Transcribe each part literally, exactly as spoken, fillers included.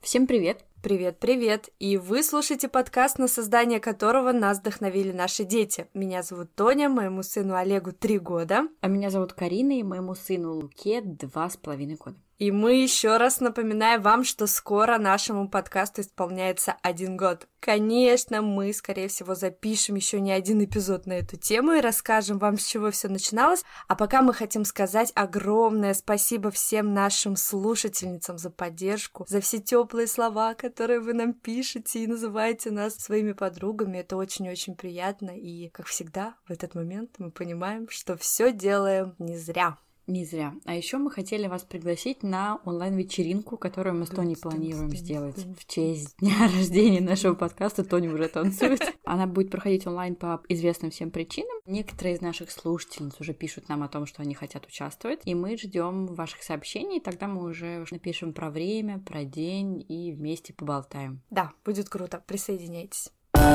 Всем привет! Привет-привет! И вы слушаете подкаст, на создание которого нас вдохновили наши дети. Меня зовут Тоня, моему сыну Олегу три года. А меня зовут Карина, и моему сыну Луке два с половиной года. И мы еще раз напоминаем вам, что скоро нашему подкасту исполняется один год. Конечно, мы, скорее всего, запишем еще не один эпизод на эту тему и расскажем вам, с чего все начиналось. А пока мы хотим сказать огромное спасибо всем нашим слушательницам за поддержку, за все теплые слова, которые вы нам пишете и называете нас своими подругами. Это очень-очень приятно. И, как всегда, в этот момент мы понимаем, что все делаем не зря. Не зря. А еще мы хотели вас пригласить на онлайн-вечеринку, которую мы с Тоней планируем сделать в честь дня рождения нашего подкаста. Тоня уже танцует. Она будет проходить онлайн по известным всем причинам. Некоторые из наших слушательниц уже пишут нам о том, что они хотят участвовать. И мы ждем ваших сообщений. Тогда мы уже напишем про время, про день и вместе поболтаем. Да, будет круто. Присоединяйтесь.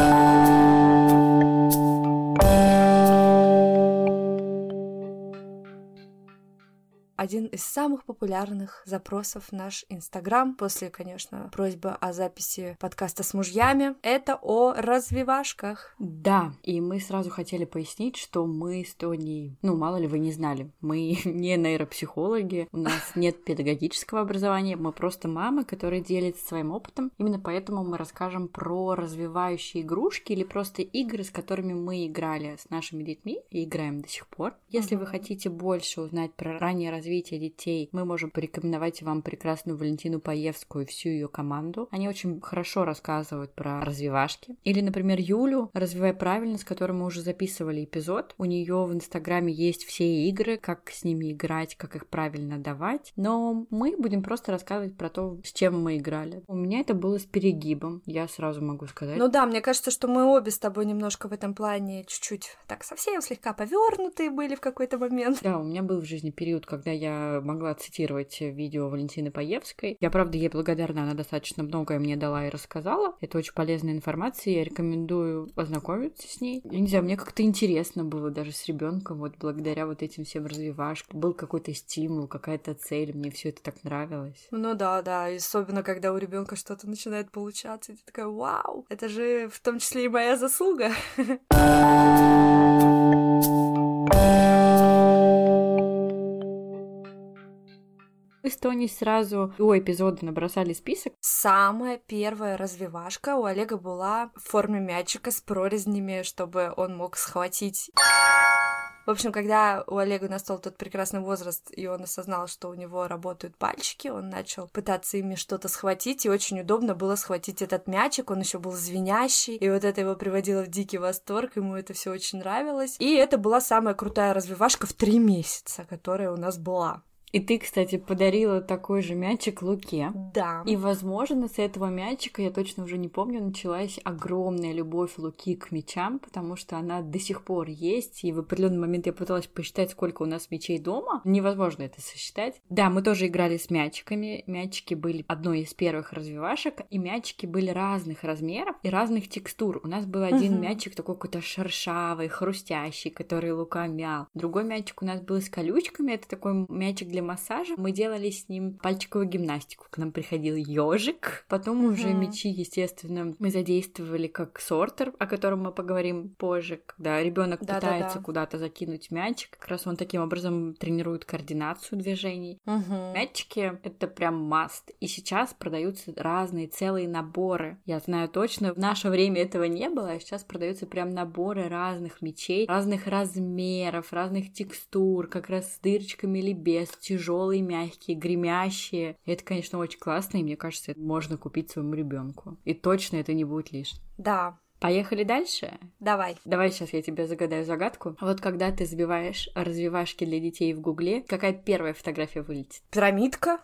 Один из самых популярных запросов в наш Инстаграм, после, конечно, просьбы о записи подкаста с мужьями, это о развивашках. Да, и мы сразу хотели пояснить, что мы с Тоней, ну, мало ли вы не знали, мы не нейропсихологи, у нас нет педагогического образования, мы просто мамы, которые делятся своим опытом. Именно поэтому мы расскажем про развивающие игрушки или просто игры, с которыми мы играли с нашими детьми и играем до сих пор. Если uh-huh. вы хотите больше узнать про раннее развитие развития детей, мы можем порекомендовать вам прекрасную Валентину Паевскую и всю ее команду. Они очень хорошо рассказывают про развивашки. Или, например, Юлю «Развивай правильно», с которой мы уже записывали эпизод. У нее в Инстаграме есть все игры, как с ними играть, как их правильно давать. Но мы будем просто рассказывать про то, с чем мы играли. У меня это было с перегибом, я сразу могу сказать. Ну да, мне кажется, что мы обе с тобой немножко в этом плане чуть-чуть так совсем слегка повернутые были в какой-то момент. Да, у меня был в жизни период, когда я могла цитировать видео Валентины Паевской. Я, правда, ей благодарна, она достаточно многое мне дала и рассказала. Это очень полезная информация, я рекомендую ознакомиться с ней. Я не знаю, мне как-то интересно было даже с ребенком, вот благодаря вот этим всем развивашкам. Был какой-то стимул, какая-то цель, мне все это так нравилось. Ну да, да, и особенно, когда у ребенка что-то начинает получаться, и ты такая, вау, это же в том числе и моя заслуга. Мы с Тоней сразу до эпизода набросали список. Самая первая развивашка у Олега была в форме мячика с прорезнями, чтобы он мог схватить. В общем, когда у Олега настал тот прекрасный возраст, и он осознал, что у него работают пальчики, он начал пытаться ими что-то схватить, и очень удобно было схватить этот мячик, он еще был звенящий, и вот это его приводило в дикий восторг, ему это все очень нравилось. И это была самая крутая развивашка в три месяца, которая у нас была. И ты, кстати, подарила такой же мячик Луке. Да. И, возможно, с этого мячика, я точно уже не помню, началась огромная любовь Луки к мячам, потому что она до сих пор есть. И в определенный момент я пыталась посчитать, сколько у нас мячей дома. Невозможно это сосчитать. Да, мы тоже играли с мячиками. Мячики были одной из первых развивашек, и мячики были разных размеров и разных текстур. У нас был один uh-huh. мячик такой какой-то шершавый, хрустящий, который Лука мял. Другой мячик у нас был с колючками. Это такой мячик для массажа. Мы делали с ним пальчиковую гимнастику. К нам приходил ежик. Потом uh-huh. уже мячи, естественно, мы задействовали как сортер, о котором мы поговорим позже, когда ребенок пытается куда-то закинуть мячик. Как раз он таким образом тренирует координацию движений. Uh-huh. Мячики — это прям must. И сейчас продаются разные целые наборы. Я знаю точно, в наше время этого не было, а сейчас продаются прям наборы разных мячей, разных размеров, разных текстур, как раз с дырочками или без, тяжелые, мягкие, гремящие. И это, конечно, очень классно, и мне кажется, это можно купить своему ребенку. И точно это не будет лишним. Да. Поехали дальше? Давай. Давай сейчас я тебе загадаю загадку. Вот когда ты забиваешь развивашки для детей в Гугле, какая первая фотография вылетит? Пирамидка.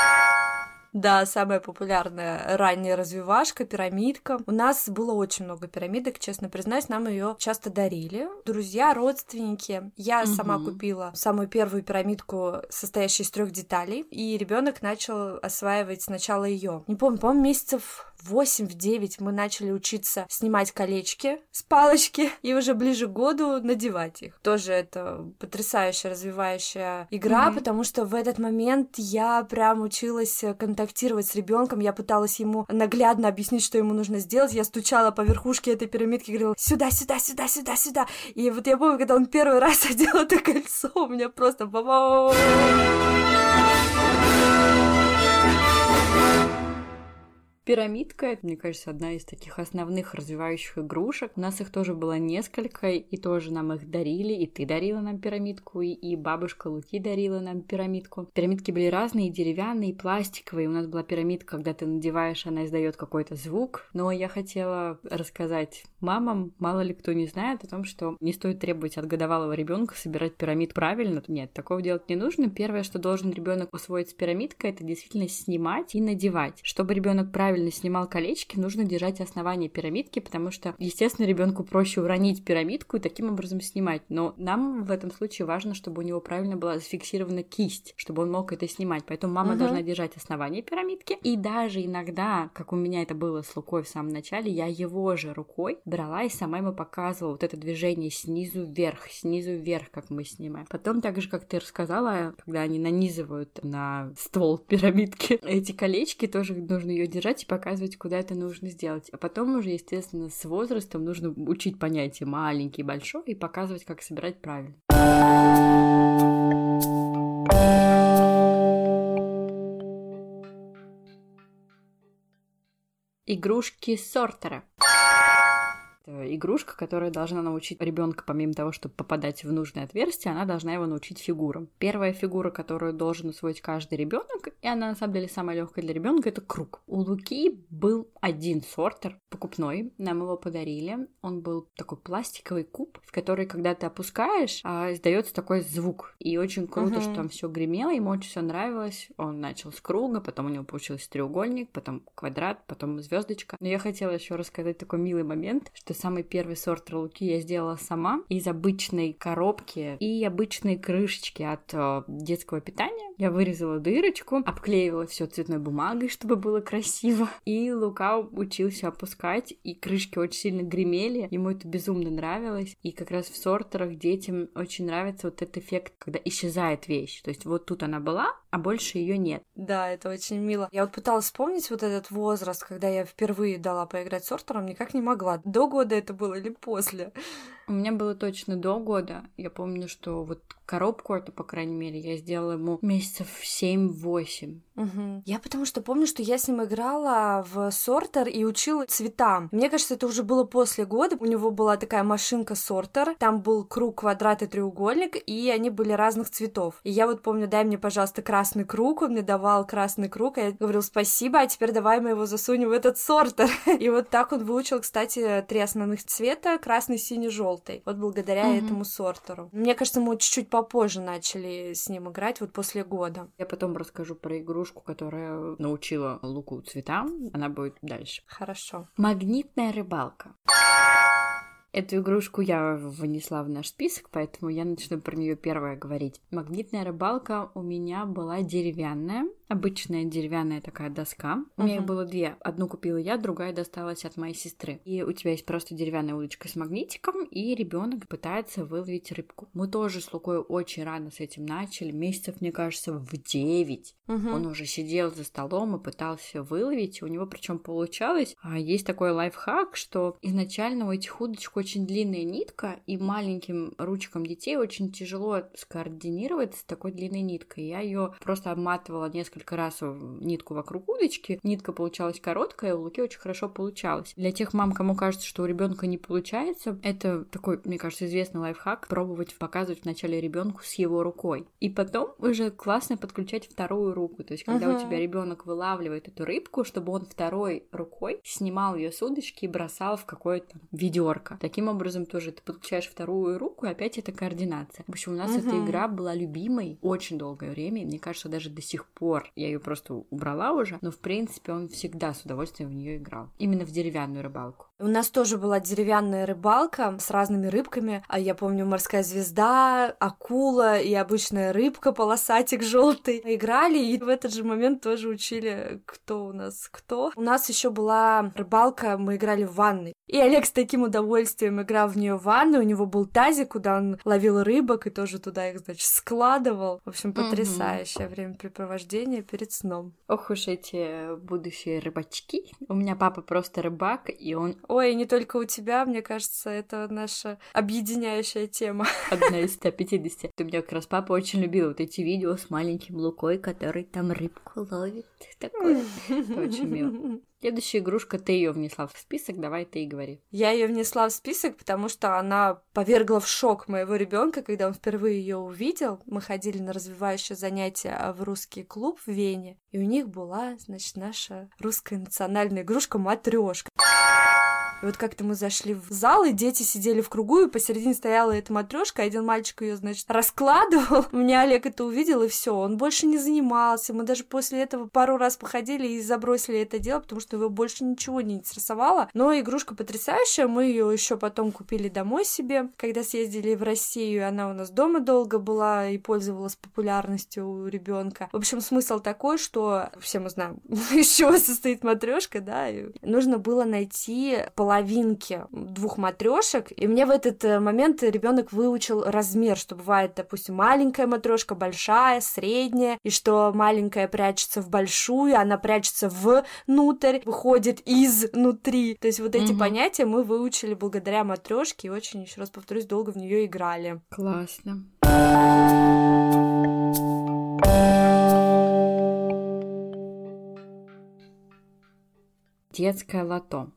Да, самая популярная ранняя развивашка, пирамидка. У нас было очень много пирамидок, честно признаюсь, нам ее часто дарили. Друзья, родственники. Я угу. сама купила самую первую пирамидку, состоящую из трех деталей, и ребенок начал осваивать сначала ее. Не помню, по-моему, месяцев в восемь девять мы начали учиться снимать колечки с палочки и уже ближе к году надевать их. Тоже это потрясающая развивающая игра, mm-hmm. потому что в этот момент я прям училась контактировать с ребенком, я пыталась ему наглядно объяснить, что ему нужно сделать, я стучала по верхушке этой пирамидки, говорила сюда, сюда, сюда, сюда, сюда. И вот я помню, когда он первый раз одел это кольцо, у меня просто Пирамидка — это, мне кажется, одна из таких основных развивающих игрушек. У нас их тоже было несколько, и тоже нам их дарили, и ты дарила нам пирамидку, и, и бабушка Луки дарила нам пирамидку. Пирамидки были разные, и деревянные, и пластиковые. У нас была пирамидка, когда ты надеваешь, она издает какой-то звук. Но я хотела рассказать мамам, мало ли кто не знает о том, что не стоит требовать от годовалого ребенка собирать пирамид правильно. Нет, такого делать не нужно. Первое, что должен ребенок усвоить с пирамидкой, это действительно снимать и надевать. Чтобы ребенок правильно снимал колечки, нужно держать основание пирамидки, потому что, естественно, ребенку проще уронить пирамидку и таким образом снимать. Но нам в этом случае важно, чтобы у него правильно была зафиксирована кисть, чтобы он мог это снимать. Поэтому мама uh-huh. должна держать основание пирамидки. И даже иногда, как у меня это было с Лукой в самом начале, я его же рукой брала и сама ему показывала вот это движение снизу вверх, снизу вверх, как мы снимаем. Потом, так же, как ты рассказала, когда они нанизывают на ствол пирамидки эти колечки, тоже нужно ее держать и показывать, куда это нужно сделать. А потом уже, естественно, с возрастом нужно учить понятие маленький, большой и показывать, как собирать правильно. Игрушки сортера. Это игрушка, которая должна научить ребенка, помимо того, чтобы попадать в нужное отверстие, она должна его научить фигурам. Первая фигура, которую должен усвоить каждый ребенок, и она на самом деле самая легкая для ребенка, это круг. У Луки был один сортер покупной, нам его подарили. Он был такой пластиковый куб, в который, когда ты опускаешь, издается такой звук. И очень круто, uh-huh. что там все гремело, ему очень все нравилось. Он начал с круга, потом у него получился треугольник, потом квадрат, потом звездочка. Но я хотела еще рассказать такой милый момент, что самый первый сортер Луки я сделала сама из обычной коробки и обычной крышечки от э, детского питания. Я вырезала дырочку, обклеивала все цветной бумагой, чтобы было красиво. И Лука учился опускать, и крышки очень сильно гремели. Ему это безумно нравилось. И как раз в сортерах детям очень нравится вот этот эффект, когда исчезает вещь. То есть вот тут она была, а больше ее нет. Да, это очень мило. Я вот пыталась вспомнить вот этот возраст, когда я впервые дала поиграть сортером, никак не могла. До года это было или после? У меня было точно до года. Я помню, что вот коробку эту, по крайней мере, я сделала ему месяцев семь-восемь. Угу. Я потому что помню, что я с ним играла в сортер и учила цветам. Мне кажется, это уже было после года. У него была такая машинка-сортер. Там был круг, квадрат и треугольник, и они были разных цветов. И я вот помню, дай мне, пожалуйста, красный круг. Он мне давал красный круг, а я говорила спасибо, а теперь давай мы его засунем в этот сортер. И вот так он выучил, кстати, три основных цвета: красный, синий, желтый. Вот благодаря угу. этому сортеру. Мне кажется, мы чуть-чуть попозже начали с ним играть, вот после года. Я потом расскажу про игрушку, которая научила Луку цветам. Она будет дальше. Хорошо. Магнитная рыбалка. Эту игрушку я внесла в наш список, поэтому я начну про нее первая говорить. Магнитная рыбалка у меня была деревянная, обычная деревянная такая доска. У uh-huh. меня их было две. Одну купила я, другая досталась от моей сестры. И у тебя есть просто деревянная удочка с магнитиком, и ребенок пытается выловить рыбку. Мы тоже с Лукой очень рано с этим начали. Месяцев, мне кажется, в девять. Uh-huh. Он уже сидел за столом и пытался выловить. У него причем получалось. А есть такой лайфхак, что изначально у этих удочек очень длинная нитка, и маленьким ручкам детей очень тяжело скоординировать с такой длинной ниткой. Я ее просто обматывала несколько раз в нитку вокруг удочки. Нитка получалась короткая, у Луки очень хорошо получалось. Для тех мам, кому кажется, что у ребенка не получается, это такой, мне кажется, известный лайфхак — пробовать показывать вначале ребенку с его рукой. И потом уже классно подключать вторую руку. То есть, когда uh-huh. у тебя ребенок вылавливает эту рыбку, чтобы он второй рукой снимал ее с удочки и бросал в какое-то ведерко. Таким образом тоже ты подключаешь вторую руку, и опять это координация. В общем, у нас uh-huh. эта игра была любимой очень долгое время, и мне кажется, даже до сих пор. Я ее просто убрала уже, но в принципе он всегда с удовольствием в нее играл. Именно в деревянную рыбалку. У нас тоже была деревянная рыбалка с разными рыбками. А я помню, морская звезда, акула и обычная рыбка, полосатик желтый. Играли, и в этот же момент тоже учили, кто у нас кто. У нас еще была рыбалка, мы играли в ванной. И Олег с таким удовольствием играл в нее в ванной. У него был тазик, куда он ловил рыбок и тоже туда их, значит, складывал. В общем, потрясающее mm-hmm. времяпрепровождение перед сном. Ох уж эти будущие рыбачки. У меня папа просто рыбак, и он... Ой, не только у тебя, мне кажется, это наша объединяющая тема. Одна из ста пятидесяти. У меня как раз папа очень любил вот эти видео с маленьким Лукой, который там рыбку ловит. Такое. Это очень мило. Следующая игрушка, ты ее внесла в список, давай ты и говори. Я ее внесла в список, потому что она повергла в шок моего ребенка, когда он впервые ее увидел. Мы ходили на развивающее занятие в русский клуб в Вене, и у них была, значит, наша русская национальная игрушка матрешка. И вот как-то мы зашли в зал, и дети сидели в кругу, и посередине стояла эта матрешка, один мальчик ее, значит, раскладывал. У меня Олег это увидел, и все, он больше не занимался. Мы даже после этого пару раз походили и забросили это дело, потому что его больше ничего не интересовало. Но игрушка потрясающая, мы ее еще потом купили домой себе, когда съездили в Россию, и она у нас дома долго была и пользовалась популярностью у ребенка. В общем, смысл такой, что все мы знаем, из чего состоит матрешка, да, и нужно было найти половинки двух матрешек, и мне в этот момент ребенок выучил размер, что бывает, допустим, маленькая матрешка, большая, средняя, и что маленькая прячется в большую, она прячется внутрь, выходит изнутри. То есть вот эти mm-hmm. понятия мы выучили благодаря матрешке и очень, еще раз повторюсь, долго в нее играли. Классно. Детское лото.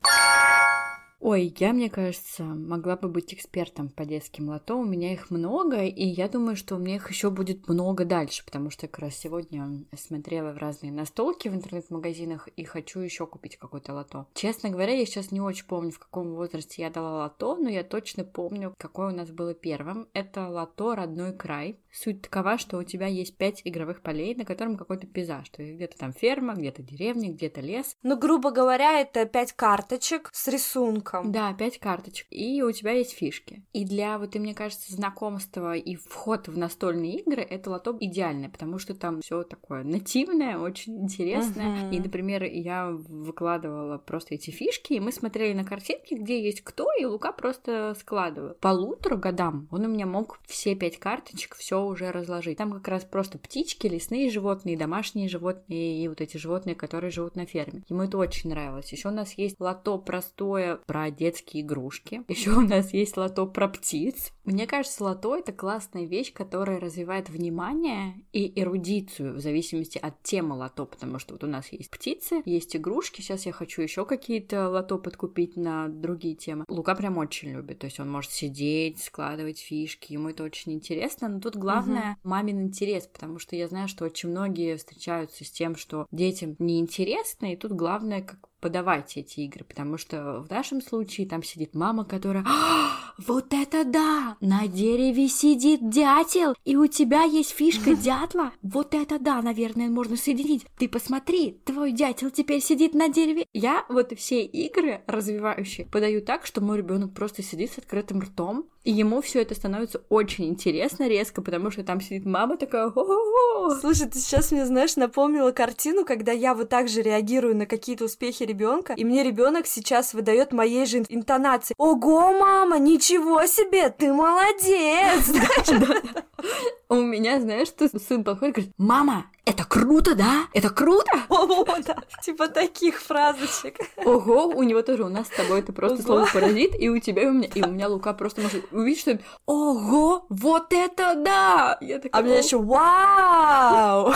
Ой, я, мне кажется, могла бы быть экспертом по детским лото. У меня их много, и я думаю, что у меня их еще будет много дальше, потому что как раз сегодня смотрела в разные настолки в интернет-магазинах и хочу еще купить какое-то лото. Честно говоря, я сейчас не очень помню, в каком возрасте я дала лото, но я точно помню, какое у нас было первым. Это лото «Родной край». Суть такова, что у тебя есть пять игровых полей, на котором какой-то пейзаж. То есть где-то там ферма, где-то деревня, где-то лес. Ну, грубо говоря, это пять карточек с рисунком. Да, пять карточек. И у тебя есть фишки. И для, вот, и мне кажется, знакомства и вход в настольные игры это лото идеальное, потому что там все такое нативное, очень интересное. Uh-huh. И, например, я выкладывала просто эти фишки, и мы смотрели на картинки, где есть кто, и Лука просто складывал. Полутора годам он у меня мог все пять карточек все уже разложить. Там как раз просто птички, лесные животные, домашние животные и вот эти животные, которые живут на ферме. Ему это очень нравилось. Еще у нас есть лото простое про детские игрушки. Еще у нас есть лото про птиц. Мне кажется, лото — это классная вещь, которая развивает внимание и эрудицию в зависимости от темы лото, потому что вот у нас есть птицы, есть игрушки. Сейчас я хочу еще какие-то лото подкупить на другие темы. Лука прям очень любит, то есть он может сидеть, складывать фишки, ему это очень интересно, но тут главное угу. мамин интерес, потому что я знаю, что очень многие встречаются с тем, что детям неинтересно, и тут главное, как подавайте эти игры, потому что в нашем случае там сидит мама, которая «А, вот это да! На дереве сидит дятел, и у тебя есть фишка дятла? Вот это да, наверное, можно соединить. Ты посмотри, твой дятел теперь сидит на дереве». Я вот все игры развивающие подаю так, что мой ребенок просто сидит с открытым ртом, и ему все это становится очень интересно резко, потому что там сидит мама такая «О-о-о!». Слушай, ты сейчас мне, знаешь, напомнила картину, когда я вот так же реагирую на какие-то успехи ребенка, и мне ребенок сейчас выдает моей же интонации: «Ого, мама, ничего себе, ты молодец!» У меня, знаешь, что сын подходит и говорит: «Мама, это круто, да? Это круто?» О, да, типа таких фразочек. Ого, у него тоже, у нас с тобой это просто слово паразит, и у тебя, и у меня, и у меня Лука просто может увидеть, что «Ого, вот это да!» Я такая, а мне еще «Вау!»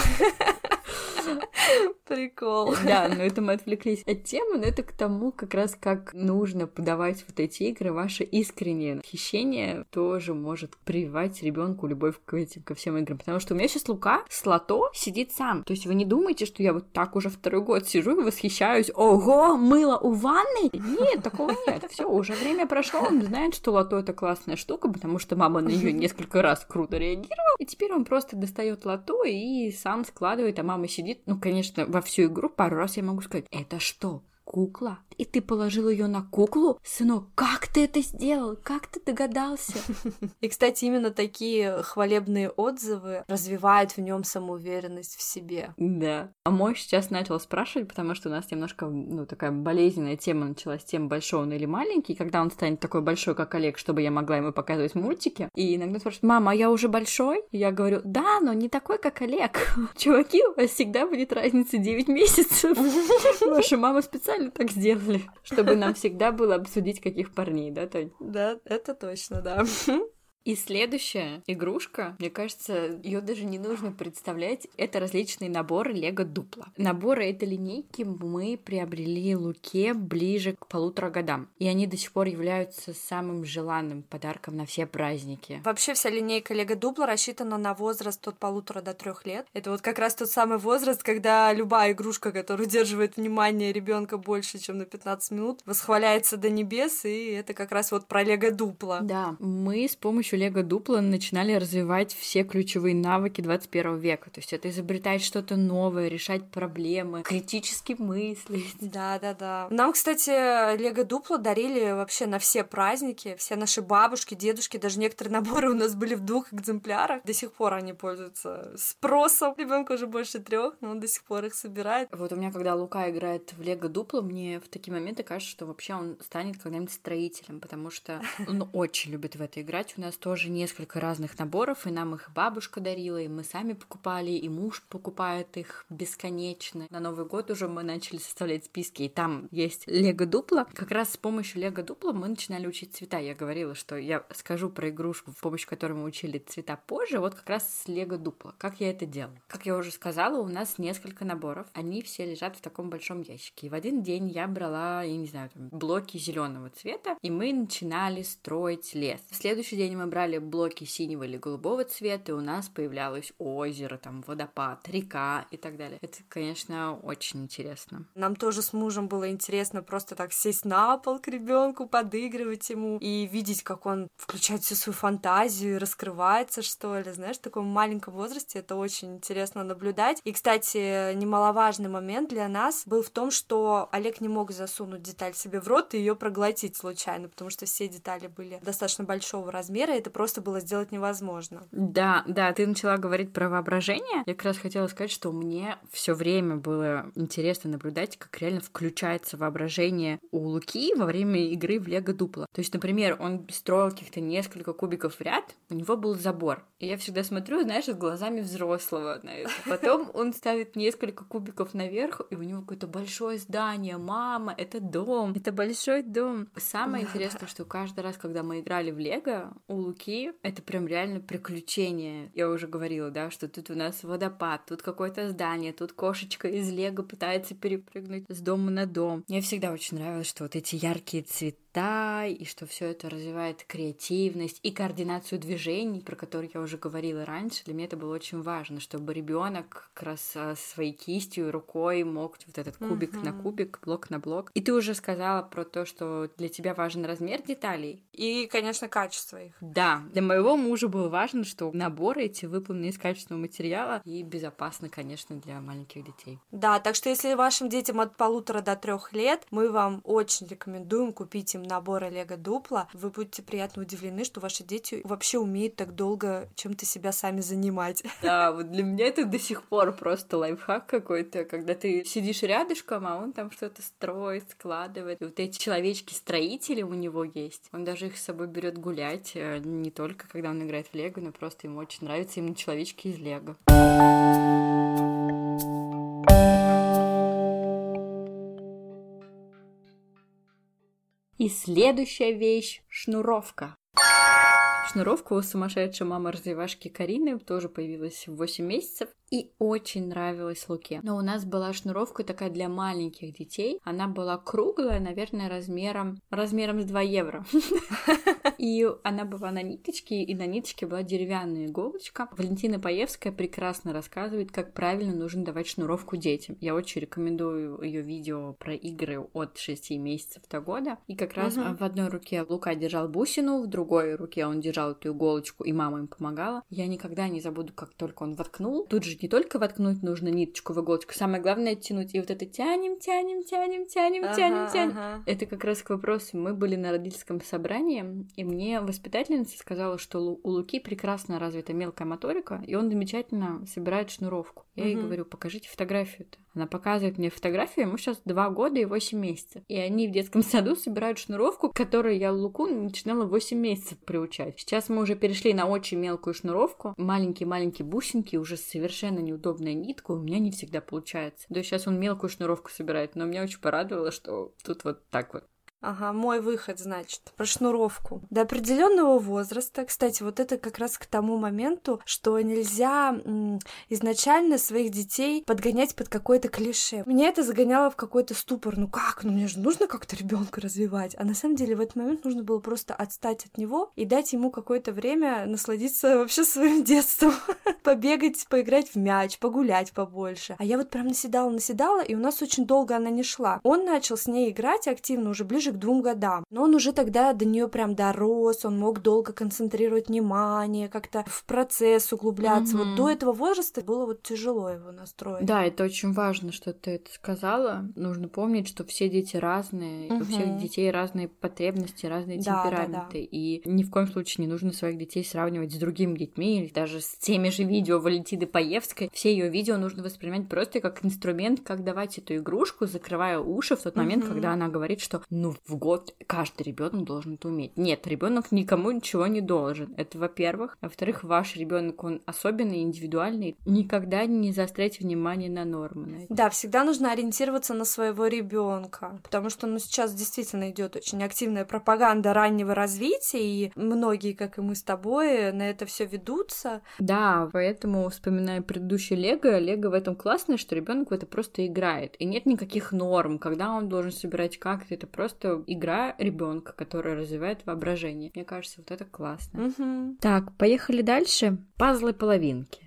Прикол. Да, но это мы отвлеклись от темы, но это к тому, как раз как нужно подавать вот эти игры. Ваше искреннее восхищение тоже может прививать ребенку любовь к этим, ко всем играм. Потому что у меня сейчас Лука с лото сидит сам. То есть вы не думаете, что я вот так уже второй год сижу и восхищаюсь: «Ого, мыло у ванны?» Нет, такого нет. Все, уже время прошло, он знает, что лото — это классная штука, потому что мама на нее несколько раз круто реагировала. И теперь он просто достает лото и сам складывает, а мама сидит. Ну, конечно, во всю игру пару раз я могу сказать: «Это что? кукла, и ты положил ее на куклу? Сынок, как ты это сделал? Как ты догадался? И, кстати, именно такие хвалебные отзывы развивают в нем самоуверенность в себе. Да. А мой сейчас начал спрашивать, потому что у нас немножко, ну, такая болезненная тема началась, тем большой он или маленький, когда он станет такой большой, как Олег, чтобы я могла ему показывать мультики. И иногда спрашивают: мама, а я уже большой? И я говорю: да, но не такой, как Олег. Чуваки, у вас всегда будет разница девять месяцев. Ваша мама специально так сделали, чтобы нам всегда было обсудить, каких парней, да, Тонь? Да, это точно, да. И следующая игрушка, мне кажется, ее даже не нужно представлять, это различные наборы Лего Дупло. Наборы этой линейки мы приобрели Луке ближе к полутора годам, и они до сих пор являются самым желанным подарком на все праздники. Вообще вся линейка Лего Дупло рассчитана на возраст от полутора до трех лет. Это вот как раз тот самый возраст, когда любая игрушка, которая удерживает внимание ребенка больше, чем на пятнадцать минут, восхваляется до небес, и это как раз вот про Лего Дупло. Да, мы с помощью Лего Дупло начинали развивать все ключевые навыки двадцать первого века. То есть это изобретать что-то новое, решать проблемы, критически мыслить. Да-да-да. Нам, кстати, Лего Дупло дарили вообще на все праздники. Все наши бабушки, дедушки, даже некоторые наборы у нас были в двух экземплярах. До сих пор они пользуются спросом. Ребенку уже больше трех, но он до сих пор их собирает. Вот у меня, когда Лука играет в Лего Дупло, мне в такие моменты кажется, что вообще он станет когда-нибудь строителем, потому что он очень любит в это играть. У нас тоже несколько разных наборов, и нам их бабушка дарила, и мы сами покупали, и муж покупает их бесконечно. На Новый год уже мы начали составлять списки, и там есть Лего Дупло. Как раз с помощью Лего Дупло мы начинали учить цвета. Я говорила, что я скажу про игрушку, с помощью которой мы учили цвета позже, вот как раз с Лего Дупло. Как я это делала? Как я уже сказала, у нас несколько наборов, они все лежат в таком большом ящике. И в один день я брала, я не знаю, там, блоки зеленого цвета, и мы начинали строить лес. В следующий день мы брали блоки синего или голубого цвета, и у нас появлялось озеро, там, водопад, река и так далее. Это, конечно, очень интересно. Нам тоже с мужем было интересно просто так сесть на пол к ребенку, подыгрывать ему и видеть, как он включает всю свою фантазию и раскрывается, что ли. Знаешь, в таком маленьком возрасте это очень интересно наблюдать. И, кстати, немаловажный момент для нас был в том, что Олег не мог засунуть деталь себе в рот и ее проглотить случайно, потому что все детали были достаточно большого размера, и это просто было сделать невозможно. Да, да, ты начала говорить про воображение. Я как раз хотела сказать, что мне все время было интересно наблюдать, как реально включается воображение у Луки во время игры в Лего Дупло. То есть, например, он строил каких-то несколько кубиков в ряд, у него был забор. И я всегда смотрю, знаешь, с глазами взрослого на это. Потом он ставит несколько кубиков наверх, и у него какое-то большое здание. Мама, это дом, это большой дом. Самое интересное, что каждый раз, когда мы играли в Лего, у Луки это прям реально приключение. Я уже говорила, да, что тут у нас водопад, тут какое-то здание, тут кошечка из Лего пытается перепрыгнуть с дома на дом. Мне всегда очень нравилось, что вот эти яркие цвета, и что все это развивает креативность и координацию движений, про которые я уже говорила раньше. Для меня это было очень важно, чтобы ребенок как раз своей кистью и рукой мог вот этот кубик uh-huh. на кубик, блок на блок. И ты уже сказала про то, что для тебя важен размер деталей. И, конечно, качество их. Да, для моего мужа было важно, что наборы эти выполнены из качественного материала и безопасно, конечно, для маленьких детей. Да, так что если вашим детям от полутора до трех лет, мы вам очень рекомендуем купить им наборы Лего Дупло. Вы будете приятно удивлены, что ваши дети вообще умеют так долго чем-то себя сами занимать. Да, вот для меня это до сих пор просто лайфхак какой-то, когда ты сидишь рядышком, а он там что-то строит, складывает. И вот эти человечки-строители у него есть. Он даже их с собой берет гулять, не только когда он играет в Лего, но просто ему очень нравятся именно человечки из Лего. И следующая вещь — шнуровка. Шнуровка у сумасшедшей мамы-развивашки Карины тоже появилась в восемь месяцев и очень нравилась Луке. Но у нас была шнуровка такая для маленьких детей. Она была круглая, наверное, размером, размером с два евро. И она была на ниточке, и на ниточке была деревянная иголочка. Валентина Паевская прекрасно рассказывает, как правильно нужно давать шнуровку детям. Я очень рекомендую ее видео про игры от шести месяцев до года. И как раз в одной руке Лука держал бусину, в другой руке он держал держал эту иголочку, и мама им помогала. Я никогда не забуду, как только он воткнул. Тут же не только воткнуть нужно ниточку в иголочку, самое главное оттянуть. И вот это тянем, тянем, тянем, тянем, ага, тянем, тянем. Ага. Это как раз к вопросу. Мы были на родительском собрании, и мне воспитательница сказала, что у Луки прекрасно развита мелкая моторика, и он замечательно собирает шнуровку. Я ей Мгм. говорю, покажите фотографию-то. Она показывает мне фотографию, ему сейчас два года и восемь месяцев. И они в детском саду собирают шнуровку, которую я Луку начинала восемь месяцев приучать. Сейчас мы уже перешли на очень мелкую шнуровку. Маленькие-маленькие бусинки, уже совершенно неудобная нитка, у меня не всегда получается. То есть сейчас он мелкую шнуровку собирает, но меня очень порадовало, что тут вот так вот. Ага, мой выход, значит, про шнуровку. До определенного возраста, кстати, вот это как раз к тому моменту, что нельзя м, изначально своих детей подгонять под какое-то клише. Меня это загоняло в какой-то ступор. Ну как? Ну мне же нужно как-то ребенка развивать. А на самом деле в этот момент нужно было просто отстать от него и дать ему какое-то время насладиться вообще своим детством. Побегать, поиграть в мяч, погулять побольше. А я вот прям наседала, наседала, и у нас очень долго она не шла. Он начал с ней играть активно уже ближе к двум годам. Но он уже тогда до нее прям дорос, он мог долго концентрировать внимание, как-то в процесс углубляться. Мгм. Вот до этого возраста было вот тяжело его настроить. Да, это очень важно, что ты это сказала. Нужно помнить, что все дети разные, и у всех Мгм. детей разные потребности, разные Да, да, темпераменты. И ни в коем случае не нужно своих детей сравнивать с другими детьми или даже с теми же видео Валентины Паевской. Все ее видео нужно воспринимать просто как инструмент, как давать эту игрушку, закрывая уши в тот момент, Мгм. когда она говорит, что ну в год каждый ребенок должен это уметь. Нет, ребенок никому ничего не должен. Это во-первых. Во-вторых, ваш ребенок он особенный, индивидуальный. Никогда не заостряйте внимание на нормы. на это. Да, всегда нужно ориентироваться на своего ребенка, потому что ну, сейчас действительно идет очень активная пропаганда раннего развития, и многие, как и мы с тобой, на это все ведутся. Да, поэтому, вспоминая предыдущий Лего, Лего в этом классное, что ребенок в это просто играет. И нет никаких норм, когда он должен собирать как-то. Это просто игра ребенка, которая развивает воображение. Мне кажется, вот это классно. Мгм. Так, поехали дальше. Пазлы-половинки.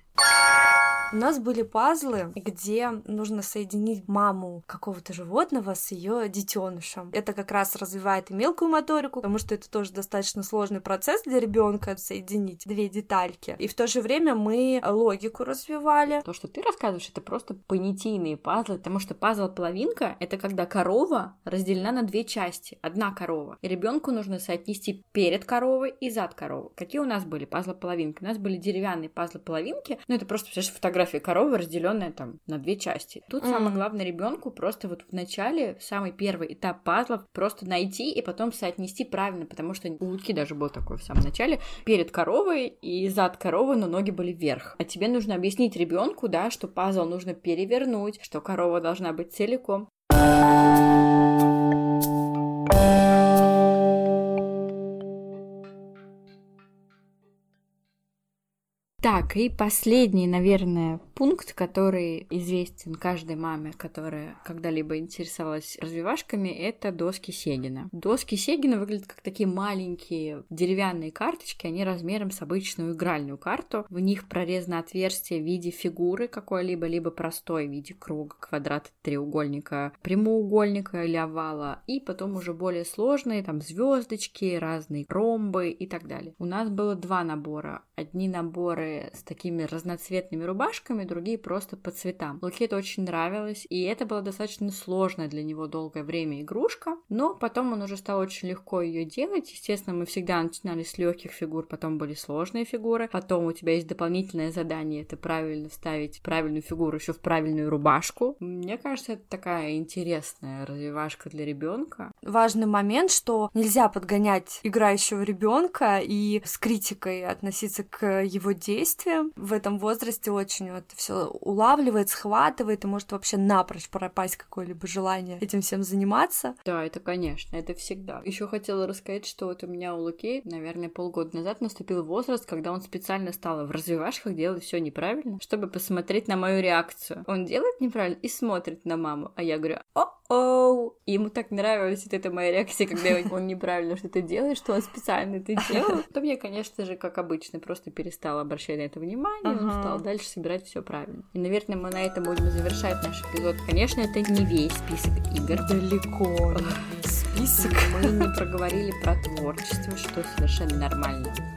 У нас были пазлы, где нужно соединить маму какого-то животного с ее детенышем. Это как раз развивает и мелкую моторику, потому что это тоже достаточно сложный процесс для ребенка соединить две детальки. И в то же время мы логику развивали. То, что ты рассказываешь, это просто понятийные пазлы, потому что пазл-половинка — это когда корова разделена на две части. Одна корова. И ребенку нужно соотнести перед коровой и зад коровы. Какие у нас были пазлы-половинки? У нас были деревянные пазлы-половинки. Ну, это просто, представляешь, фотография коровы, разделенная там на две части. Тут Mm. самое главное ребенку просто вот в начале, самый первый этап пазлов, просто найти и потом соотнести правильно, потому что у Луки даже был такой в самом начале. Перед коровой и зад коровы, но ноги были вверх. А тебе нужно объяснить ребенку, да, что пазл нужно перевернуть, что корова должна быть целиком. Так, и последний, наверное, пункт, который известен каждой маме, которая когда-либо интересовалась развивашками, это доски Сегина. Доски Сегина выглядят как такие маленькие деревянные карточки, они размером с обычную игральную карту. В них прорезано отверстие в виде фигуры какой-либо, либо простой в виде круга, квадрата, треугольника, прямоугольника или овала, и потом уже более сложные, там звездочки, разные ромбы и так далее. У нас было два набора. Одни наборы с такими разноцветными рубашками, другие просто по цветам. Луке это очень нравилось, и это была достаточно сложная для него долгое время игрушка, но потом он уже стал очень легко ее делать. Естественно, мы всегда начинали с легких фигур, потом были сложные фигуры, потом у тебя есть дополнительное задание, это правильно вставить правильную фигуру еще в правильную рубашку. Мне кажется, это такая интересная развивашка для ребенка. Важный момент, что нельзя подгонять играющего ребенка и с критикой относиться к его действиям. В этом возрасте очень вот все улавливает, схватывает и может вообще напрочь пропасть какое-либо желание этим всем заниматься. Да, это, конечно, это всегда. Еще хотела рассказать, что вот у меня у Луки, наверное, полгода назад наступил возраст, когда он специально стал в развивашках делать все неправильно, чтобы посмотреть на мою реакцию. Он делает неправильно и смотрит на маму, а я говорю: о-оу! И ему так нравилась вот эта моя реакция, когда он неправильно что-то делает, что он специально это делал. Потом я, конечно же, как обычно, просто перестала обращать на это внимание, он Ага. стал дальше собирать все правильно. И, наверное, мы на этом будем завершать наш эпизод. Конечно, это не весь список игр. Далеко не весь список. Мы не проговорили про творчество, что совершенно нормально.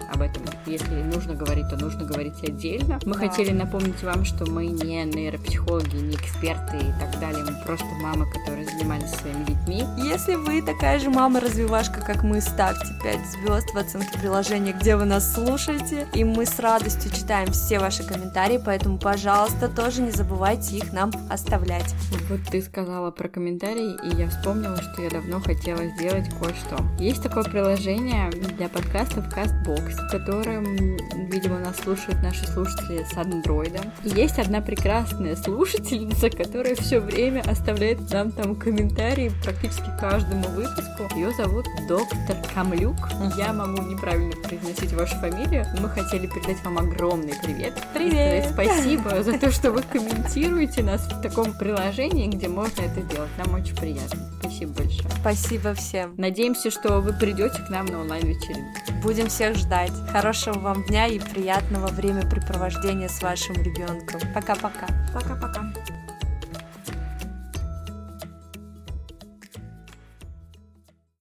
об этом. Если нужно говорить, то нужно говорить отдельно. Мы да. хотели напомнить вам, что мы не нейропсихологи, не эксперты и так далее. Мы просто мамы, которые занимались своими детьми. Если вы такая же мама-развивашка, как мы, ставьте пять звезд в оценке приложения, где вы нас слушаете. И мы с радостью читаем все ваши комментарии, поэтому, пожалуйста, тоже не забывайте их нам оставлять. Вот ты сказала про комментарии, и я вспомнила, что я давно хотела сделать кое-что. Есть такое приложение для подкастов CastBox, в котором, видимо, нас слушают наши слушатели с андроида. И есть одна прекрасная слушательница, которая все время оставляет нам там комментарии практически каждому выпуску. Ее зовут доктор Камлюк. Я могу неправильно произносить вашу фамилию, но мы хотели передать вам огромный привет. Привет! И сказать спасибо за то, что вы комментируете нас в таком приложении, где можно это делать. Нам очень приятно. Спасибо большое. Спасибо всем. Надеемся, что вы придете к нам на онлайн-вечеринку. Будем всех ждать. Хорошего вам дня и приятного времяпрепровождения с вашим ребенком. Пока-пока. Пока-пока.